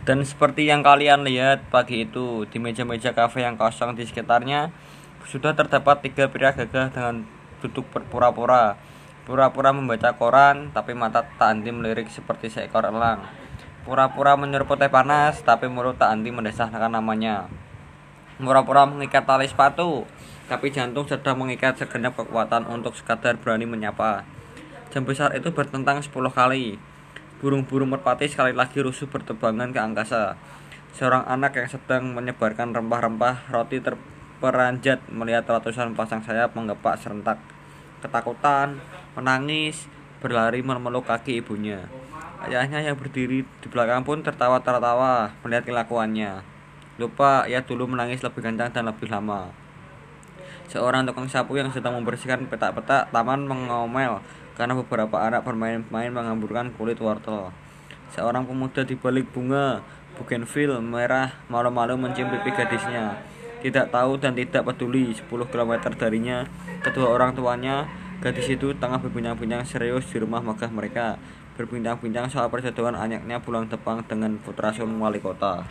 Dan seperti yang kalian lihat pagi itu, di meja-meja kafe yang kosong di sekitarnya sudah terdapat 3 pria gagah dengan duduk berpura-pura. Pura-pura membaca koran, tapi mata tak henti melirik seperti seekor elang. Pura-pura menyeruput teh panas, tapi mulut tak henti mendesahkan namanya. Pura-pura mengikat tali sepatu, tapi jantung sedang mengikat segenap kekuatan untuk sekadar berani menyapa. Jam besar itu bertentang 10 kali. Burung-burung merpati sekali lagi rusuh berterbangan ke angkasa. Seorang anak yang sedang menyebarkan rempah-rempah roti terperanjat melihat ratusan pasang sayap menggepak serentak. Ketakutan, menangis, berlari memeluk kaki ibunya. Ayahnya yang berdiri di belakang pun tertawa-tertawa melihat kelakuannya. Lupa ia dulu menangis lebih kencang dan lebih lama. Seorang tukang sapu yang sedang membersihkan petak-petak taman mengomel karena beberapa anak bermain-main menghamburkan kulit wortel. Seorang pemuda di balik bunga bougainville merah malu-malu mencium pipi gadisnya. Tidak tahu dan tidak peduli 10 km darinya, kedua orang tuanya, gadis itu tengah berbincang-bincang serius di rumah megah mereka. Berbincang-bincang soal perjodohan anaknya pulang Jepang dengan putra sulung wali kota.